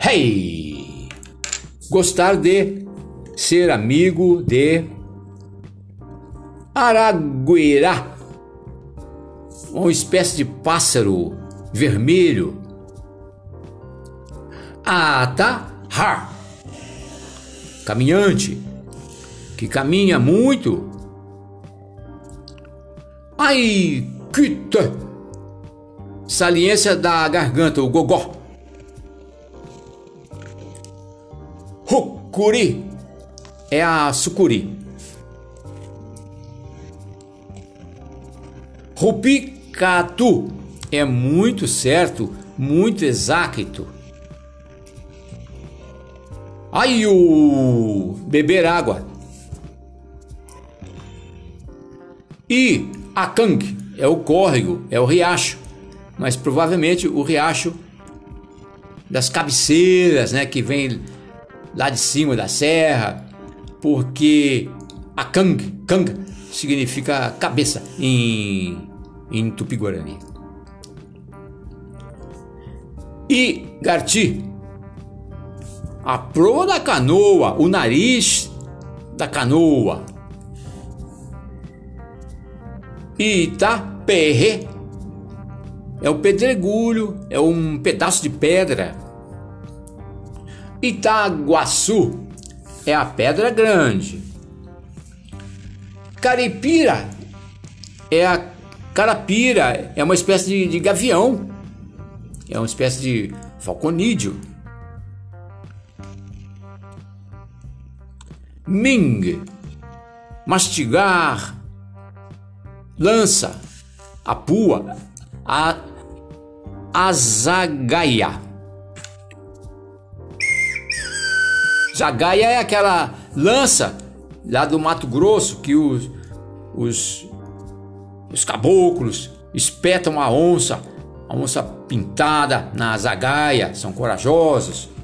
Hey! Gostar de ser amigo de araguaia, uma espécie de pássaro vermelho. Atahar, caminhante, que caminha muito. Aikita, saliência da garganta, o gogó. Rucuri é a sucuri. Rupicatu é muito certo, muito exato. Aiu, beber água. E Akang é o córrego, é o riacho, mas provavelmente o riacho das cabeceiras, né, que vem lá de cima da serra, porque Akang, Kang significa cabeça em Tupi-Guarani. E Garti, a proa da canoa, o nariz da canoa. Itaperre é o pedregulho, é um pedaço de pedra. Itaguaçu é a pedra grande. Caripira é carapira, é uma espécie de gavião, é uma espécie de falconídeo. Ming, mastigar, lança, a pua, a azagaia. Zagaia é aquela lança lá do Mato Grosso que os caboclos espetam a onça pintada na zagaia, são corajosos.